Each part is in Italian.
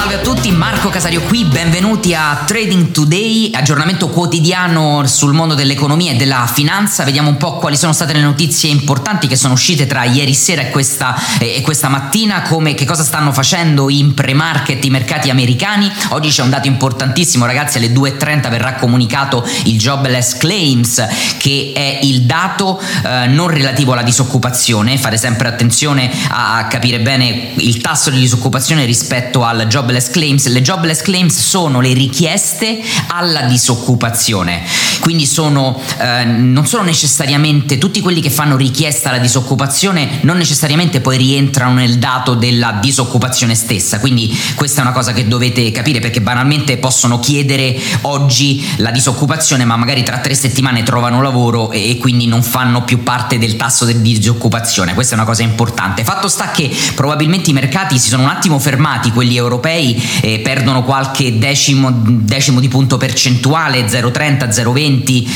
Salve a tutti, Marco Casario qui, benvenuti a Trading Today, aggiornamento quotidiano sul mondo dell'economia e della finanza. Vediamo un po' quali sono state le notizie importanti che sono uscite tra ieri sera e questa mattina, che cosa stanno facendo in pre-market i mercati americani. Oggi c'è un dato importantissimo, ragazzi, alle 2:30 verrà comunicato il Jobless Claims, che è il dato non relativo alla disoccupazione. Fate sempre attenzione a capire bene il tasso di disoccupazione rispetto al Jobless Claims. Le Jobless Claims sono le richieste alla disoccupazione, quindi non sono necessariamente tutti quelli che fanno richiesta alla disoccupazione, non necessariamente poi rientrano nel dato della disoccupazione stessa. Quindi questa è una cosa che dovete capire, perché banalmente possono chiedere oggi la disoccupazione, ma magari tra 3 settimane trovano lavoro e quindi non fanno più parte del tasso di disoccupazione. Questa è una cosa importante. Fatto sta che probabilmente i mercati si sono un attimo fermati, quelli europei, perdono qualche decimo di punto percentuale, 0,30, 0,20,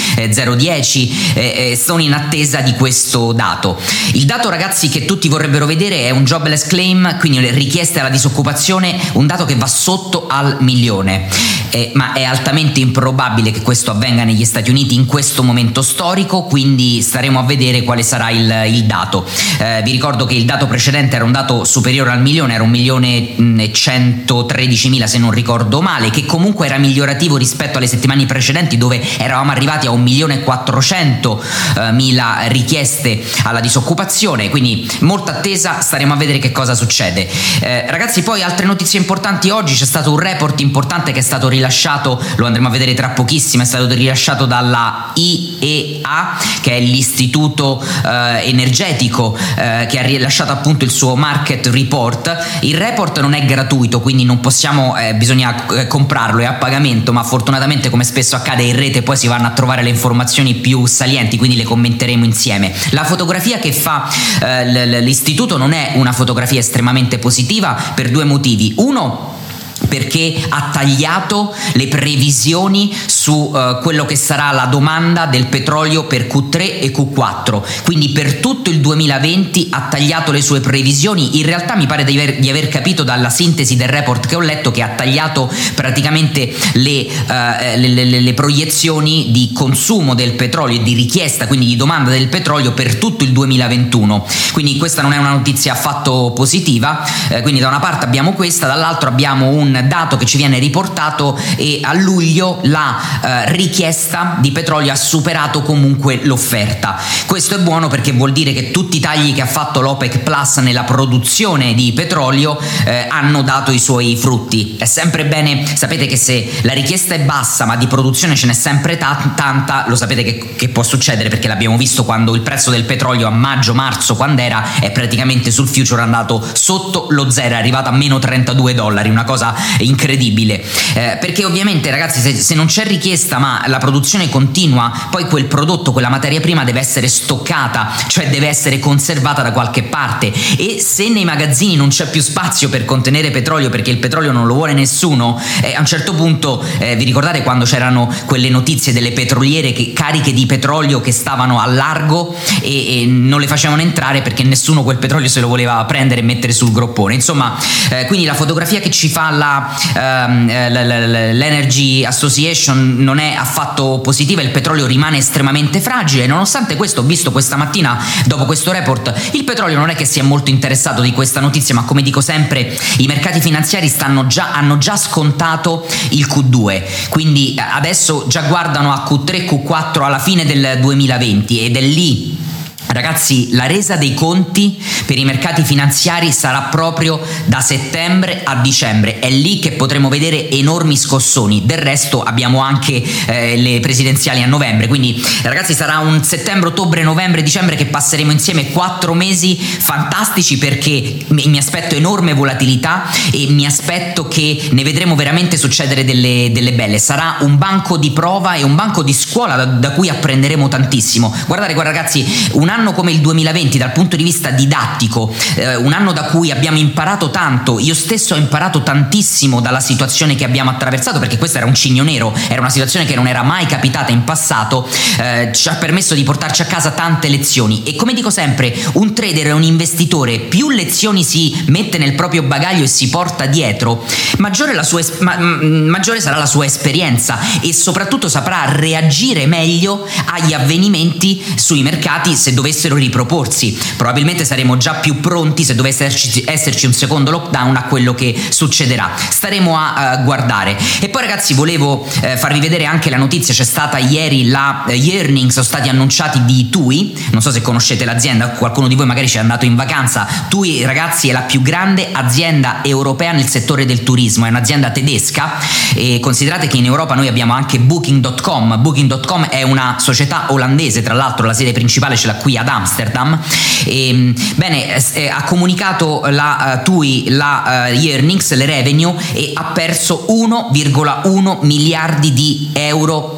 0,10, sono in attesa di questo dato. Il dato, ragazzi, che tutti vorrebbero vedere è un jobless claim, quindi le richieste alla disoccupazione, un dato che va sotto al milione, ma è altamente improbabile che questo avvenga negli Stati Uniti in questo momento storico, quindi staremo a vedere quale sarà il dato. Vi ricordo che il dato precedente era un dato superiore al milione, era 1.113.000 se non ricordo male, che comunque era migliorativo rispetto alle settimane precedenti, dove eravamo arrivati a 1.400.000 richieste alla disoccupazione. Quindi molta attesa, staremo a vedere che cosa succede. Ragazzi, poi altre notizie importanti oggi: c'è stato un report importante che è stato rilasciato, lo andremo a vedere tra pochissimo, è stato rilasciato dalla IEA, che è l'istituto energetico, che ha rilasciato appunto il suo market report. Il report non è gratuito, quindi non possiamo, bisogna comprarlo, è a pagamento, ma fortunatamente, come spesso accade in rete, poi si vanno a trovare le informazioni più salienti, quindi le commenteremo insieme. La fotografia che fa l'istituto non è una fotografia estremamente positiva per 2 motivi. Uno, perché ha tagliato le previsioni su quello che sarà la domanda del petrolio per Q3 e Q4, quindi per tutto il 2020 ha tagliato le sue previsioni. In realtà mi pare di aver capito dalla sintesi del report che ho letto che ha tagliato praticamente le proiezioni di consumo del petrolio e di richiesta, quindi di domanda del petrolio, per tutto il 2021. Quindi questa non è una notizia affatto positiva. Quindi da una parte abbiamo questa, dall'altro abbiamo un dato che ci viene riportato, e a luglio la richiesta di petrolio ha superato comunque l'offerta. Questo è buono, perché vuol dire che tutti i tagli che ha fatto l'OPEC Plus nella produzione di petrolio hanno dato i suoi frutti. È sempre bene, sapete che se la richiesta è bassa ma di produzione ce n'è sempre tanta, lo sapete che può succedere, perché l'abbiamo visto quando il prezzo del petrolio a maggio-marzo, quando è praticamente sul future andato sotto lo zero, è arrivato a meno $32, una cosa incredibile, perché ovviamente, ragazzi, se non c'è richiesta ma la produzione continua, poi quel prodotto, quella materia prima deve essere stoccata, cioè deve essere conservata da qualche parte, e se nei magazzini non c'è più spazio per contenere petrolio, perché il petrolio non lo vuole nessuno, a un certo punto vi ricordate quando c'erano quelle notizie delle petroliere cariche di petrolio che stavano al largo e non le facevano entrare perché nessuno quel petrolio se lo voleva prendere e mettere sul groppone. Insomma, quindi la fotografia che ci fa l'Energy Association non è affatto positiva. Il petrolio rimane estremamente fragile. Nonostante questo, ho visto questa mattina, dopo questo report, il petrolio non è che sia molto interessato di questa notizia, ma come dico sempre, i mercati finanziari hanno già scontato il Q2, quindi adesso già guardano a Q3, Q4 alla fine del 2020, ed è lì, ragazzi, la resa dei conti per i mercati finanziari sarà proprio da settembre a dicembre. È lì che potremo vedere enormi scossoni. Del resto abbiamo anche le presidenziali a novembre, quindi ragazzi sarà un settembre, ottobre, novembre, dicembre che passeremo insieme, 4 mesi fantastici, perché mi aspetto enorme volatilità e mi aspetto che ne vedremo veramente succedere delle belle. Sarà un banco di prova e un banco di scuola da cui apprenderemo tantissimo. Guardate qua, ragazzi, un anno come il 2020 dal punto di vista didattico didattico, un anno da cui abbiamo imparato tanto. Io stesso ho imparato tantissimo dalla situazione che abbiamo attraversato, perché questo era un cigno nero, era una situazione che non era mai capitata in passato, ci ha permesso di portarci a casa tante lezioni. E come dico sempre, un trader è un investitore, più lezioni si mette nel proprio bagaglio e si porta dietro, maggiore sarà la sua esperienza, e soprattutto saprà reagire meglio agli avvenimenti sui mercati se dovessero riproporsi. Probabilmente saremo già più pronti, se dovesse esserci un secondo lockdown, a quello che succederà. Staremo a guardare. E poi ragazzi, volevo farvi vedere anche la notizia. C'è stata ieri gli earnings sono stati annunciati di TUI, non so se conoscete l'azienda, qualcuno di voi magari ci è andato in vacanza. TUI ragazzi è la più grande azienda europea nel settore del turismo, è un'azienda tedesca, e considerate che in Europa noi abbiamo anche Booking.com è una società olandese, tra l'altro la sede principale ce l'ha qui ad Amsterdam. Ha comunicato la TUI gli earnings, le revenue, e ha perso 1,1 miliardi di euro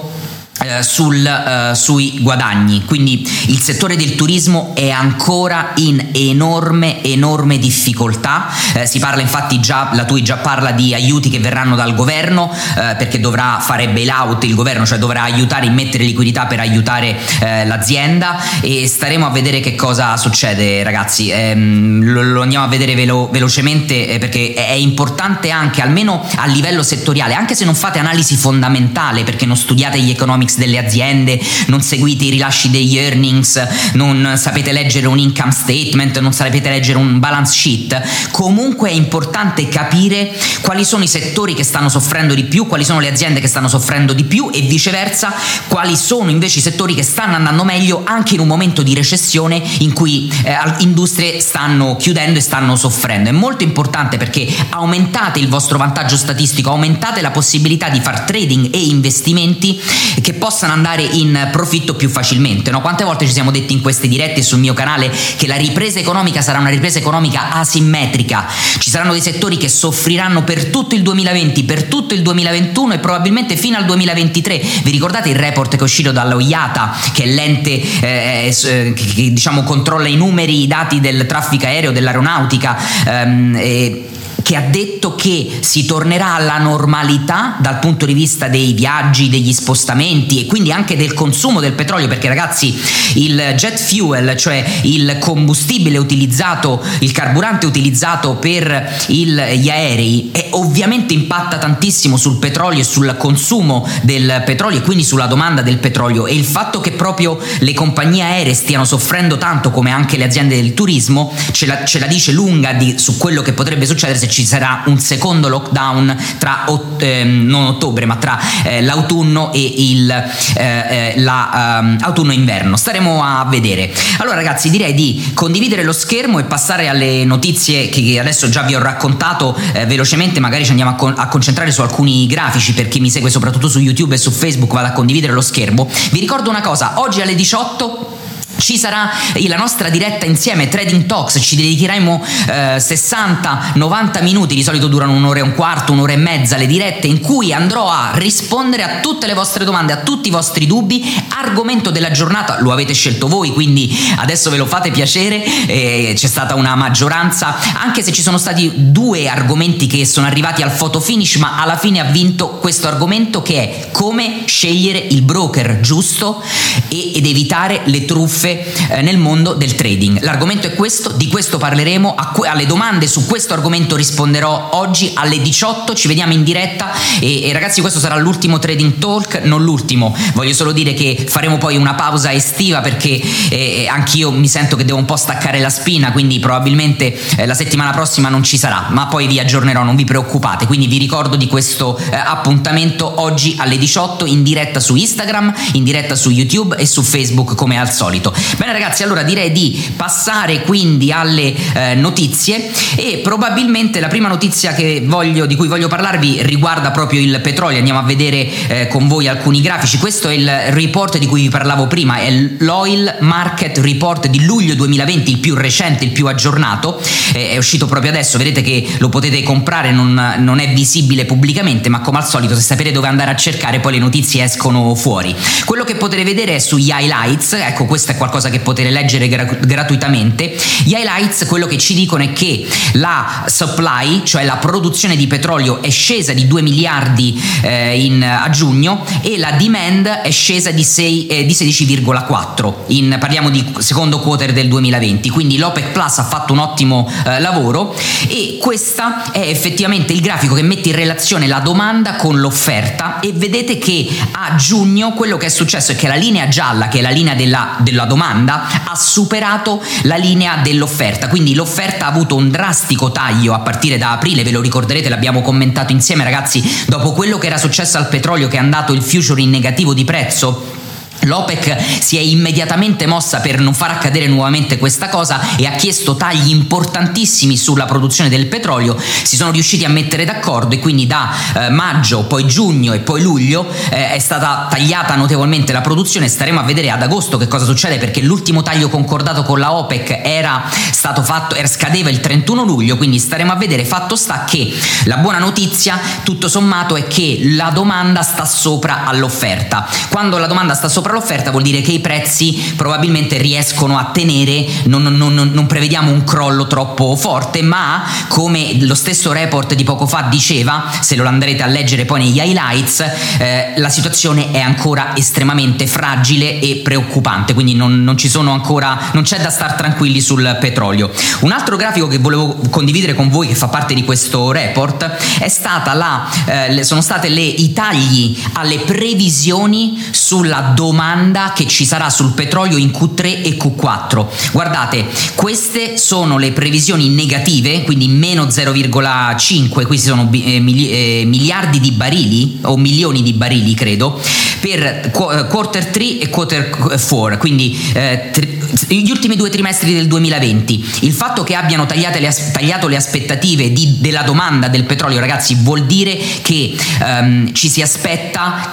sui guadagni. Quindi il settore del turismo è ancora in enorme difficoltà. Si parla infatti la TUI già parla di aiuti che verranno dal governo, perché dovrà fare bailout il governo, cioè dovrà aiutare, immettere liquidità per aiutare l'azienda, e staremo a vedere che cosa succede ragazzi. Lo andiamo a vedere velocemente, perché è importante anche, almeno a livello settoriale, anche se non fate analisi fondamentale, perché non studiate gli economics delle aziende, non seguite i rilasci degli earnings, non sapete leggere un income statement, non sapete leggere un balance sheet. Comunque è importante capire quali sono i settori che stanno soffrendo di più, quali sono le aziende che stanno soffrendo di più, e viceversa quali sono invece i settori che stanno andando meglio anche in un momento di recessione in cui industrie stanno chiudendo e stanno soffrendo. È molto importante, perché aumentate il vostro vantaggio statistico, aumentate la possibilità di far trading e investimenti che possano andare in profitto più facilmente, no? Quante volte ci siamo detti in queste dirette sul mio canale che la ripresa economica sarà una ripresa economica asimmetrica. Ci saranno dei settori che soffriranno per tutto il 2020, per tutto il 2021 e probabilmente fino al 2023. Vi ricordate il report che è uscito dalla IATA, che è l'ente che diciamo controlla i numeri, i dati del traffico aereo, dell'aeronautica, che ha detto che si tornerà alla normalità dal punto di vista dei viaggi, degli spostamenti e quindi anche del consumo del petrolio, perché ragazzi il jet fuel, cioè il combustibile utilizzato, il carburante utilizzato per gli aerei, ovviamente impatta tantissimo sul petrolio e sul consumo del petrolio e quindi sulla domanda del petrolio. E il fatto che proprio le compagnie aeree stiano soffrendo tanto, come anche le aziende del turismo, ce la dice lunga su quello che potrebbe succedere se ci sarà un secondo lockdown tra non ottobre ma tra l'autunno e autunno-inverno. Staremo a vedere. Allora ragazzi, direi di condividere lo schermo e passare alle notizie che adesso già vi ho raccontato velocemente. Magari ci andiamo a concentrare su alcuni grafici, per chi mi segue soprattutto su YouTube e su Facebook vado a condividere lo schermo. Vi ricordo una cosa: oggi alle 18 ci sarà la nostra diretta insieme, Trading Talks. Ci dedicheremo 60-90 minuti, di solito durano un'ora e un quarto, un'ora e mezza le dirette, in cui andrò a rispondere a tutte le vostre domande, a tutti i vostri dubbi. Argomento della giornata lo avete scelto voi, quindi adesso ve lo fate piacere. C'è stata una maggioranza, anche se ci sono stati due argomenti che sono arrivati al photo finish, ma alla fine ha vinto questo argomento, che è come scegliere il broker giusto ed evitare le truffe nel mondo del trading. L'argomento è questo, di questo parleremo. Alle domande su questo argomento risponderò oggi alle 18. Ci vediamo in diretta e ragazzi, questo sarà l'ultimo Trading Talk, non l'ultimo. Voglio solo dire che faremo poi una pausa estiva, perché anch'io mi sento che devo un po' staccare la spina, quindi probabilmente la settimana prossima non ci sarà, ma poi vi aggiornerò, non vi preoccupate. Quindi vi ricordo di questo appuntamento oggi alle 18 in diretta su Instagram, in diretta su YouTube e su Facebook come al solito. Bene ragazzi, allora direi di passare quindi alle notizie, e probabilmente la prima notizia di cui voglio parlarvi riguarda proprio il petrolio. Andiamo a vedere con voi alcuni grafici. Questo è il report di cui vi parlavo prima, è l'Oil Market Report di luglio 2020, il più recente, il più aggiornato, è uscito proprio adesso. Vedete che lo potete comprare, non è visibile pubblicamente, ma come al solito, se sapete dove andare a cercare, poi le notizie escono fuori. Quello che potete vedere è sugli highlights. Ecco, questo è qualcosa che potete leggere gratuitamente. Gli highlights quello che ci dicono è che la supply, cioè la produzione di petrolio, è scesa di 2 miliardi a giugno, e la demand è scesa di 16,4, parliamo di secondo quarter del 2020, quindi l'OPEC Plus ha fatto un ottimo lavoro, e questa è effettivamente il grafico che mette in relazione la domanda con l'offerta, e vedete che a giugno quello che è successo è che la linea gialla, che è la linea della domanda, ha superato la linea dell'offerta, quindi l'offerta ha avuto un drastico taglio a partire da aprile, ve lo ricorderete, l'abbiamo commentato insieme ragazzi, dopo quello che era successo al petrolio, che è andato il future in negativo di prezzo. L'OPEC si è immediatamente mossa per non far accadere nuovamente questa cosa e ha chiesto tagli importantissimi sulla produzione del petrolio. Si sono riusciti a mettere d'accordo, e quindi da maggio, poi giugno e poi luglio è stata tagliata notevolmente la produzione. Staremo a vedere ad agosto che cosa succede, perché l'ultimo taglio concordato con la OPEC scadeva il 31 luglio, quindi staremo a vedere. Fatto sta che la buona notizia tutto sommato è che la domanda sta sopra all'offerta. Quando la domanda sta sopra l'offerta vuol dire che i prezzi probabilmente riescono a tenere, non prevediamo un crollo troppo forte, ma come lo stesso report di poco fa diceva, se lo andrete a leggere poi negli highlights, la situazione è ancora estremamente fragile e preoccupante, quindi non c'è da star tranquilli sul petrolio. Un altro grafico che volevo condividere con voi, che fa parte di questo report, sono stati i tagli alle previsioni sulla domanda che ci sarà sul petrolio in Q3 e Q4. Guardate, queste sono le previsioni negative, quindi meno 0,5, questi sono miliardi di barili o milioni di barili credo, per quarter 3 e quarter 4, quindi gli ultimi 2 trimestri del 2020. Il fatto che abbiano tagliato le aspettative della domanda del petrolio, ragazzi, vuol dire che ci si aspetta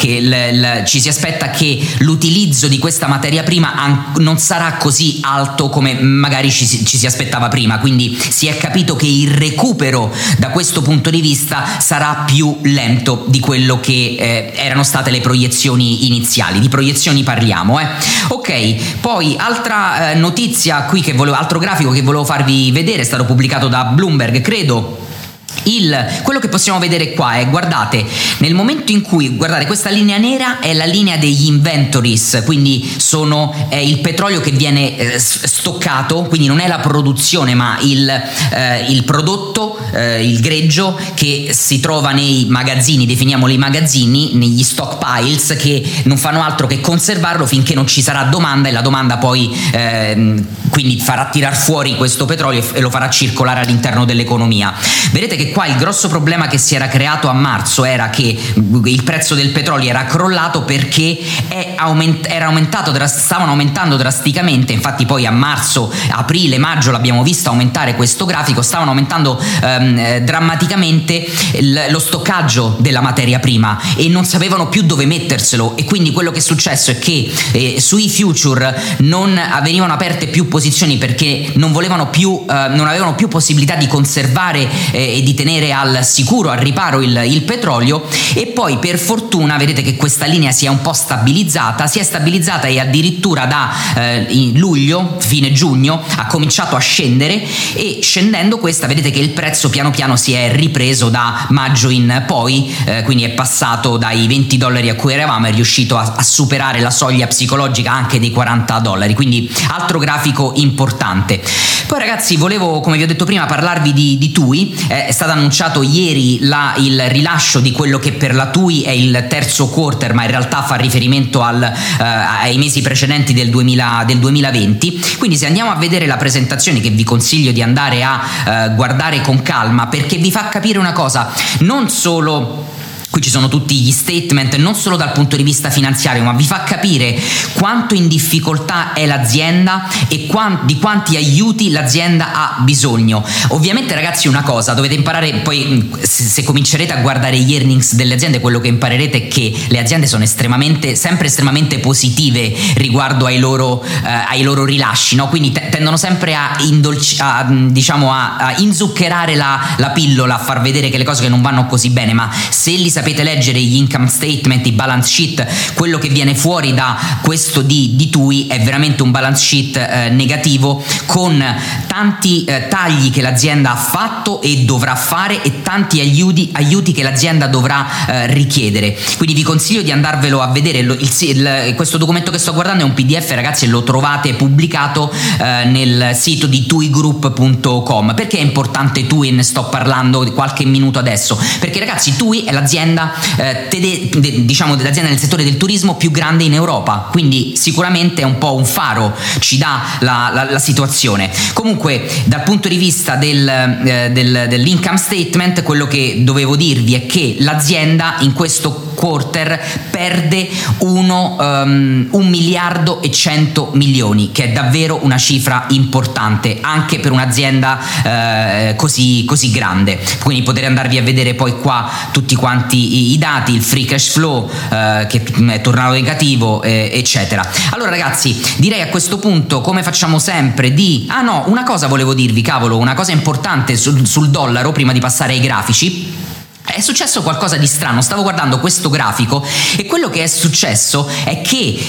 che l'utilizzo di questa materia prima non sarà così alto come magari ci si aspettava prima, quindi si è capito che il recupero da questo punto di vista sarà più lento di quello che erano state le proiezioni iniziali. Di proiezioni parliamo, ok. Poi altra notizia qui altro grafico che volevo farvi vedere, è stato pubblicato da Bloomberg credo. Quello che possiamo vedere qua è, guardate, nel momento in cui, guardate, questa linea nera è la linea degli inventories, quindi è il petrolio che viene stoccato, quindi non è la produzione ma il prodotto, il greggio che si trova nei magazzini, definiamoli magazzini, negli stockpiles, che non fanno altro che conservarlo finché non ci sarà domanda, e la domanda poi quindi farà tirar fuori questo petrolio e lo farà circolare all'interno dell'economia. Vedete che qua il grosso problema che si era creato a marzo era che il prezzo del petrolio era crollato perché stavano aumentando drasticamente. Infatti poi a marzo, aprile, maggio l'abbiamo visto aumentare questo grafico, stavano aumentando drammaticamente lo stoccaggio della materia prima e non sapevano più dove metterselo, e quindi quello che è successo è che sui future non venivano aperte più posizioni perché non avevano più possibilità di conservare e di tenere al sicuro, al riparo il petrolio. E poi per fortuna vedete che questa linea si è un po' stabilizzata, e addirittura da luglio, fine giugno, ha cominciato a scendere, e scendendo questa vedete che il prezzo piano piano si è ripreso da maggio in poi, quindi è passato dai $20 a cui eravamo, è riuscito a superare la soglia psicologica anche dei $40, quindi altro grafico importante. Poi ragazzi, volevo, come vi ho detto prima, parlarvi di TUI. È stato annunciato ieri il rilascio di quello che per la TUI è il terzo quarter, ma in realtà fa riferimento ai mesi precedenti del 2020. Quindi se andiamo a vedere la presentazione, che vi consiglio di andare a guardare con calma, perché vi fa capire una cosa, non solo qui ci sono tutti gli statement, non solo dal punto di vista finanziario, ma vi fa capire quanto in difficoltà è l'azienda e di quanti aiuti l'azienda ha bisogno. Ovviamente ragazzi, una cosa dovete imparare, poi se comincerete a guardare gli earnings delle aziende, quello che imparerete è che le aziende sono sempre estremamente positive riguardo ai loro rilasci, no? Quindi tendono sempre a inzuccherare la pillola, a far vedere che le cose che non vanno così bene, ma se li sapete sapete leggere gli income statement, i balance sheet, quello che viene fuori da questo di TUI è veramente un balance sheet negativo, con tanti tagli che l'azienda ha fatto e dovrà fare e tanti aiuti che l'azienda dovrà richiedere. Quindi vi consiglio di andarvelo a vedere. Questo documento che sto guardando è un PDF, ragazzi, e lo trovate pubblicato nel sito di tuigroup.com. Perché è importante TUI? Ne sto parlando qualche minuto adesso, perché ragazzi TUI è l'azienda diciamo l'azienda nel settore del turismo più grande in Europa, quindi sicuramente è un po' un faro, ci dà la situazione. Comunque dal punto di vista dell'income statement, quello che dovevo dirvi è che l'azienda in questo quarter perde 1 miliardo e 100 milioni, che è davvero una cifra importante anche per un'azienda così grande. Quindi potete andarvi a vedere poi qua tutti quanti i dati, il free cash flow che è tornato negativo, eccetera. Allora ragazzi, direi a questo punto, come facciamo sempre, una cosa volevo dirvi, una cosa importante sul dollaro prima di passare ai grafici. È successo qualcosa di strano, stavo guardando questo grafico e quello che è successo è che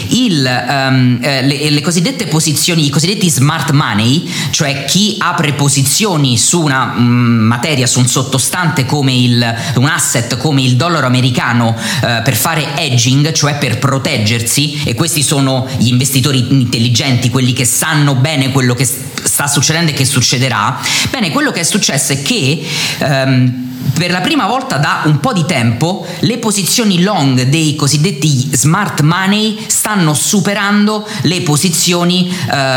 le cosiddette posizioni, i cosiddetti smart money, cioè chi apre posizioni su una materia, su un sottostante come un asset come il dollaro americano per fare hedging, cioè per proteggersi, e questi sono gli investitori intelligenti, quelli che sanno bene quello che sta succedendo e che succederà. Bene, quello che è successo è che per la prima volta da un po' di tempo le posizioni long dei cosiddetti smart money stanno superando le posizioni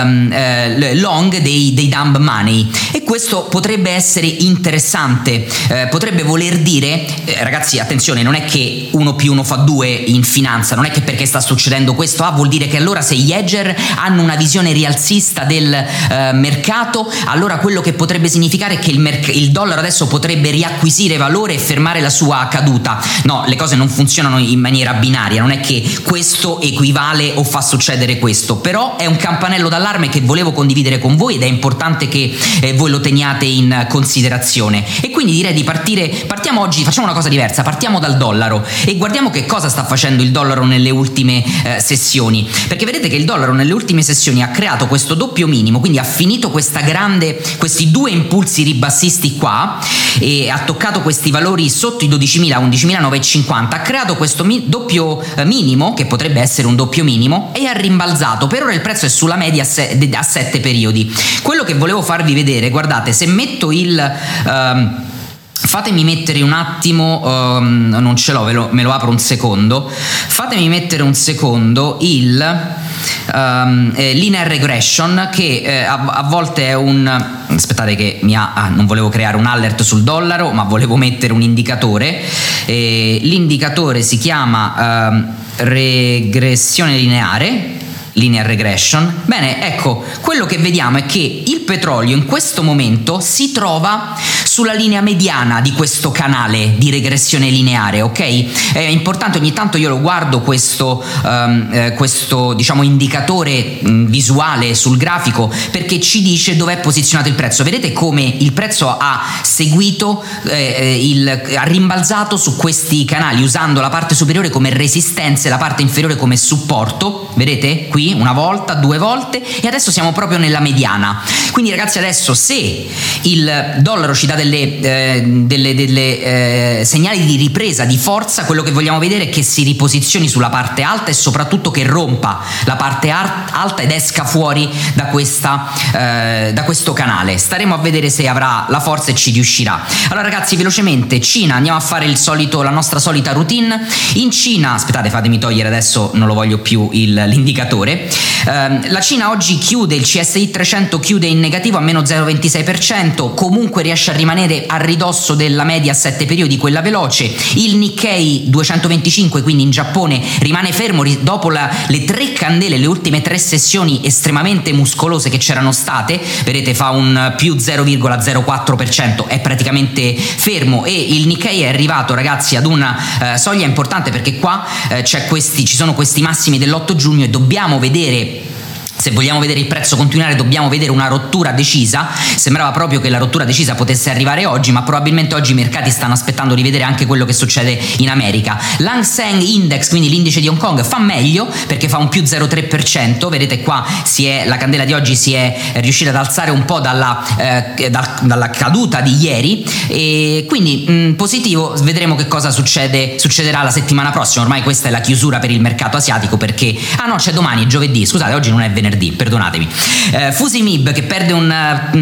long dei dumb money, e questo potrebbe essere interessante, potrebbe voler dire, ragazzi attenzione, non è che 1 più 1 fa 2 in finanza, non è che perché sta succedendo questo vuol dire che allora se gli hedger hanno una visione rialzista del mercato, allora quello che potrebbe significare è che il dollaro adesso potrebbe riacquisire valore e fermare la sua caduta. No, le cose non funzionano in maniera binaria, non è che questo equivale o fa succedere questo, però è un campanello d'allarme che volevo condividere con voi ed è importante che voi lo teniate in considerazione. E quindi direi di partiamo oggi, facciamo una cosa diversa, partiamo dal dollaro e guardiamo che cosa sta facendo il dollaro nelle ultime sessioni, perché vedete che il dollaro nelle ultime sessioni ha creato questo doppio minimo, quindi ha finito questi 2 impulsi ribassisti qua e ha toccato questi valori sotto i 12.000, 11.950, ha creato questo doppio minimo, che potrebbe essere un doppio minimo, e ha rimbalzato. Per ora il prezzo è sulla media a 7 periodi. Quello che volevo farvi vedere, guardate, se metto fatemi mettere un attimo, non ce l'ho, me lo apro un secondo, fatemi mettere un secondo il linear regression, che a volte è aspettate che non volevo creare un alert sul dollaro, ma volevo mettere un indicatore, l'indicatore si chiama regressione lineare, linear regression. Bene, ecco, quello che vediamo è che il petrolio in questo momento si trova sulla linea mediana di questo canale di regressione lineare, ok? È importante, ogni tanto io lo guardo questo diciamo indicatore visuale sul grafico, perché ci dice dov'è posizionato il prezzo. Vedete come il prezzo ha seguito ha rimbalzato su questi canali, usando la parte superiore come resistenza e la parte inferiore come supporto. Vedete qui una volta, 2 volte, e adesso siamo proprio nella mediana. Quindi ragazzi, adesso se il dollaro ci dà delle segnali di ripresa, di forza, quello che vogliamo vedere è che si riposizioni sulla parte alta e soprattutto che rompa la parte alta ed esca fuori da questo canale. Staremo a vedere se avrà la forza e ci riuscirà. Allora ragazzi, velocemente, Cina, andiamo a fare la nostra solita routine. In Cina, aspettate, fatemi togliere adesso, non lo voglio più l'indicatore. La Cina oggi chiude, il CSI 300 chiude in negativo a meno 0,26%, comunque riesce a rimanere a ridosso della media a 7 periodi, quella veloce. Il Nikkei 225, quindi in Giappone, rimane fermo dopo le 3 candele, le ultime 3 sessioni estremamente muscolose che c'erano state. Vedete, fa un più 0,04%, è praticamente fermo, e il Nikkei è arrivato, ragazzi, ad una soglia importante, perché qua ci sono questi massimi dell'8 giugno e dobbiamo vedere se vogliamo vedere il prezzo continuare dobbiamo vedere una rottura decisa. Sembrava proprio che la rottura decisa potesse arrivare oggi, ma probabilmente oggi i mercati stanno aspettando di vedere anche quello che succede in America. L'Hang Seng Index, quindi l'indice di Hong Kong, fa meglio perché fa un più 0,3%. Vedete qua la candela di oggi si è riuscita ad alzare un po' dalla caduta di ieri, e quindi positivo. Vedremo che cosa succederà la settimana prossima. Ormai questa è la chiusura per il mercato asiatico, perché no, c'è domani, è giovedì, scusate, oggi non è venerdì, perdonatemi. Fusimib che perde uno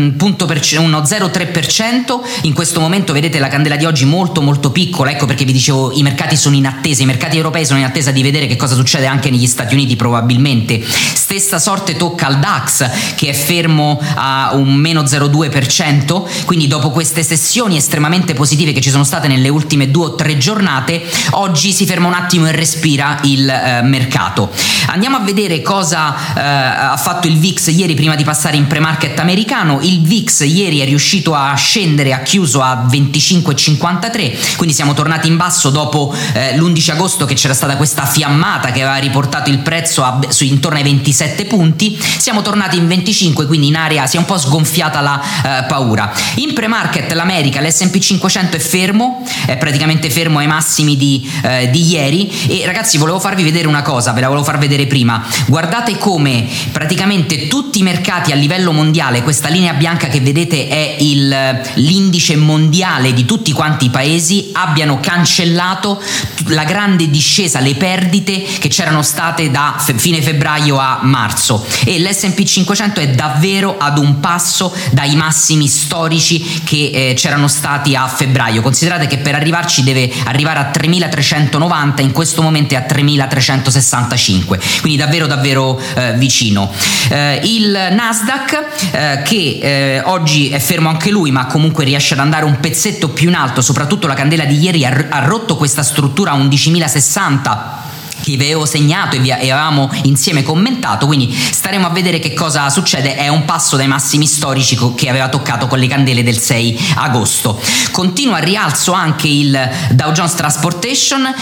0,3%. In questo momento vedete la candela di oggi molto molto piccola, ecco perché vi dicevo i mercati sono in attesa, i mercati europei sono in attesa di vedere che cosa succede anche negli Stati Uniti probabilmente. Stessa sorte tocca al DAX che è fermo a un meno 0,2%, quindi dopo queste sessioni estremamente positive che ci sono state nelle ultime 2 o 3 giornate, oggi si ferma un attimo e respira il mercato. Andiamo a vedere cosa ha fatto il VIX ieri prima di passare in pre-market americano. Il VIX ieri è riuscito a scendere, ha chiuso a 25,53, quindi siamo tornati in basso dopo l'11 agosto che c'era stata questa fiammata che aveva riportato il prezzo intorno ai 27 punti. Siamo tornati in 25, quindi in area si è un po' sgonfiata la paura. In pre-market l'America, l'S&P 500 è fermo, è praticamente fermo ai massimi di ieri. E ragazzi, volevo farvi vedere una cosa, ve la volevo far vedere prima. Guardate come praticamente tutti i mercati a livello mondiale, questa linea bianca che vedete è l'indice mondiale di tutti quanti i paesi, abbiano cancellato la grande discesa, le perdite che c'erano state da fine febbraio a marzo, e l'S&P 500 è davvero ad un passo dai massimi storici che c'erano stati a febbraio. Considerate che per arrivarci deve arrivare a 3.390, in questo momento è a 3.365, quindi davvero davvero vicino. Il Nasdaq che oggi è fermo anche lui, ma comunque riesce ad andare un pezzetto più in alto, soprattutto la candela di ieri ha rotto questa struttura a 11.060 che vi avevo segnato e avevamo insieme commentato, quindi staremo a vedere che cosa succede. È un passo dai massimi storici che aveva toccato con le candele del 6 agosto. Continua a rialzo anche il Dow Jones Transportation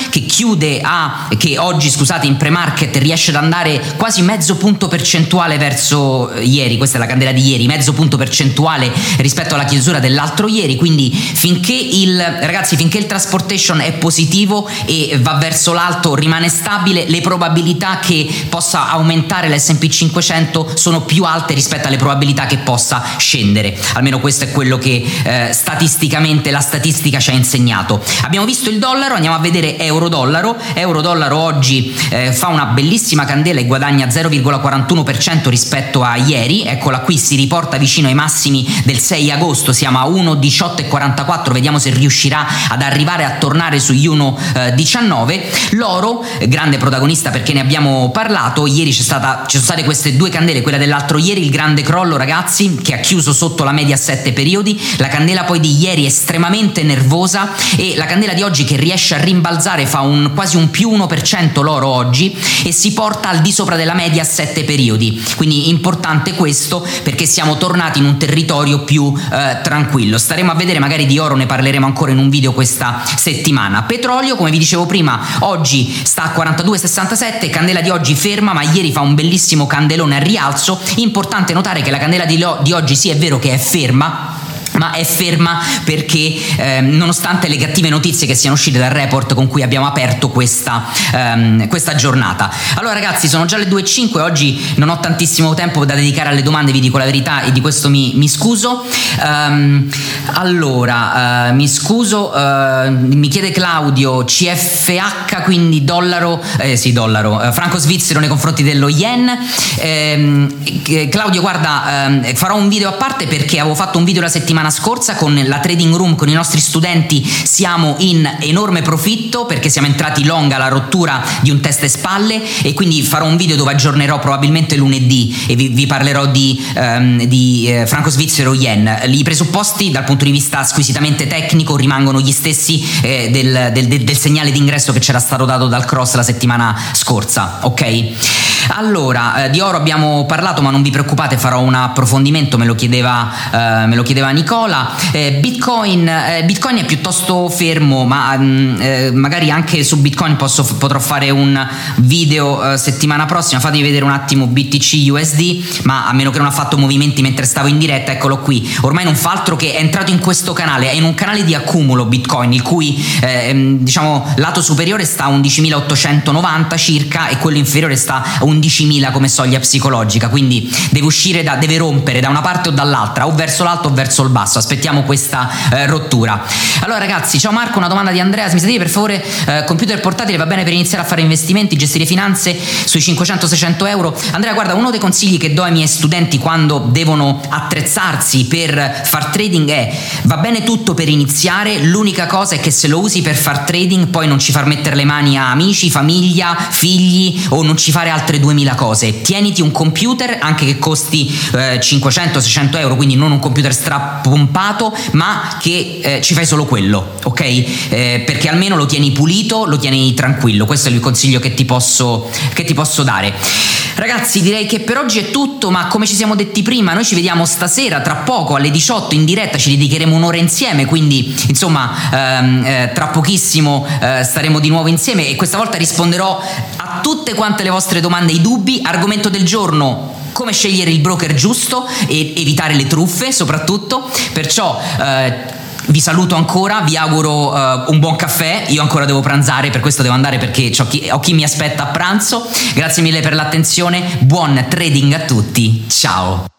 che oggi, scusate, in pre-market riesce ad andare quasi mezzo punto percentuale verso ieri. Questa è la candela di ieri, mezzo punto percentuale rispetto alla chiusura dell'altro ieri, quindi finché il Transportation è positivo e va verso l'alto, rimane stabile, le probabilità che possa aumentare l'S&P 500 sono più alte rispetto alle probabilità che possa scendere. Almeno questo è quello che statisticamente la statistica ci ha insegnato. Abbiamo visto il dollaro, andiamo a vedere euro-dollaro. Euro-dollaro oggi fa una bellissima candela e guadagna 0,41% rispetto a ieri. Eccola qui, si riporta vicino ai massimi del 6 agosto, siamo a 1,1844, vediamo se riuscirà ad arrivare a tornare sugli 1,19. L'oro, grande protagonista perché ne abbiamo parlato ieri, ci sono state queste 2 candele, quella dell'altro ieri, il grande crollo ragazzi che ha chiuso sotto la media a 7 periodi, la candela poi di ieri estremamente nervosa, e la candela di oggi che riesce a rimbalzare, fa quasi un più 1% l'oro oggi e si porta al di sopra della media a 7 periodi, quindi importante questo perché siamo tornati in un territorio più tranquillo. Staremo a vedere, magari di oro ne parleremo ancora in un video questa settimana. Petrolio, come vi dicevo prima, oggi sta a 42,67, candela di oggi ferma, ma ieri fa un bellissimo candelone a rialzo. Importante notare che la candela di oggi sì, è vero che è ferma, ma è ferma perché nonostante le cattive notizie che siano uscite dal report con cui abbiamo aperto questa giornata. Allora ragazzi, sono già le 2:05, oggi non ho tantissimo tempo da dedicare alle domande, vi dico la verità, e di questo mi scuso. Mi scuso, mi chiede Claudio, CFH, quindi dollaro, franco svizzero nei confronti dello yen. Claudio, guarda, farò un video a parte perché avevo fatto un video la settimana scorsa con la trading room, con i nostri studenti, siamo in enorme profitto perché siamo entrati long alla rottura di un testa e spalle, e quindi farò un video dove aggiornerò probabilmente lunedì e vi parlerò di franco svizzero yen. I presupposti dal punto di vista squisitamente tecnico rimangono gli stessi del segnale d'ingresso che c'era stato dato dal cross la settimana scorsa, ok? Allora, di oro abbiamo parlato, ma non vi preoccupate, farò un approfondimento, me lo chiedeva Nicola. Bitcoin è piuttosto fermo, ma magari anche su Bitcoin potrò fare un video settimana prossima. Fatemi vedere un attimo BTC USD, ma a meno che non ha fatto movimenti mentre stavo in diretta, eccolo qui. Ormai non fa altro che è entrato in questo canale, è in un canale di accumulo Bitcoin, il cui diciamo lato superiore sta a 11.890 circa e quello inferiore sta a 11.000 come soglia psicologica, quindi deve rompere da una parte o dall'altra, o verso l'alto o verso il basso. Aspettiamo questa rottura. Allora ragazzi, ciao Marco, una domanda di Andrea: mi sa dire per favore, computer portatile va bene per iniziare a fare investimenti, gestire finanze sui 500-600 euro? Andrea, guarda, uno dei consigli che do ai miei studenti quando devono attrezzarsi per far trading è: va bene tutto per iniziare, l'unica cosa è che se lo usi per far trading poi non ci far mettere le mani a amici, famiglia, figli, o non ci fare altre 2000 cose. Tieniti un computer anche che costi 500-600 euro, quindi non un computer strapompato, ma che ci fai solo quello, ok? Perché almeno lo tieni pulito, lo tieni tranquillo. Questo è il consiglio che ti posso dare. Ragazzi, direi che per oggi è tutto, ma come ci siamo detti prima, noi ci vediamo stasera tra poco alle 18 in diretta, ci dedicheremo un'ora insieme, quindi insomma tra pochissimo staremo di nuovo insieme e questa volta risponderò a tutte quante le vostre domande e i dubbi. Argomento del giorno: come scegliere il broker giusto e evitare le truffe soprattutto. Perciò vi saluto ancora, vi auguro un buon caffè. Io ancora devo pranzare, per questo devo andare, perché ho chi mi aspetta a pranzo. Grazie mille per l'attenzione, buon trading a tutti, ciao.